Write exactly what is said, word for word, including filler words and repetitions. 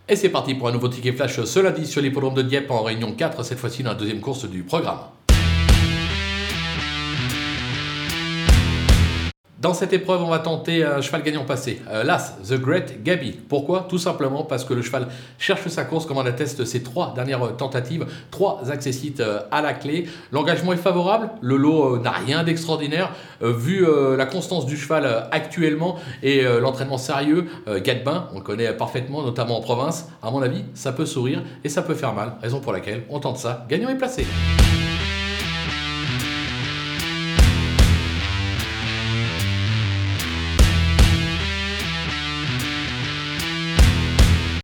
Et c'est parti pour un nouveau ticket flash ce lundi sur l'hippodrome de Dieppe en réunion quatre, cette fois-ci dans la deuxième course du programme. Dans cette épreuve, on va tenter un cheval gagnant passé, euh, l'As, The Great Gaby. Pourquoi? Tout simplement parce que le cheval cherche sa course, comme on atteste ses trois dernières tentatives, trois accessites euh, à la clé. L'engagement est favorable, le lot euh, n'a rien d'extraordinaire, euh, vu euh, la constance du cheval euh, actuellement et euh, l'entraînement sérieux. Euh, Gadebin, on le connaît parfaitement, notamment en province. À mon avis, ça peut sourire et ça peut faire mal, raison pour laquelle on tente ça. Gagnant est placé.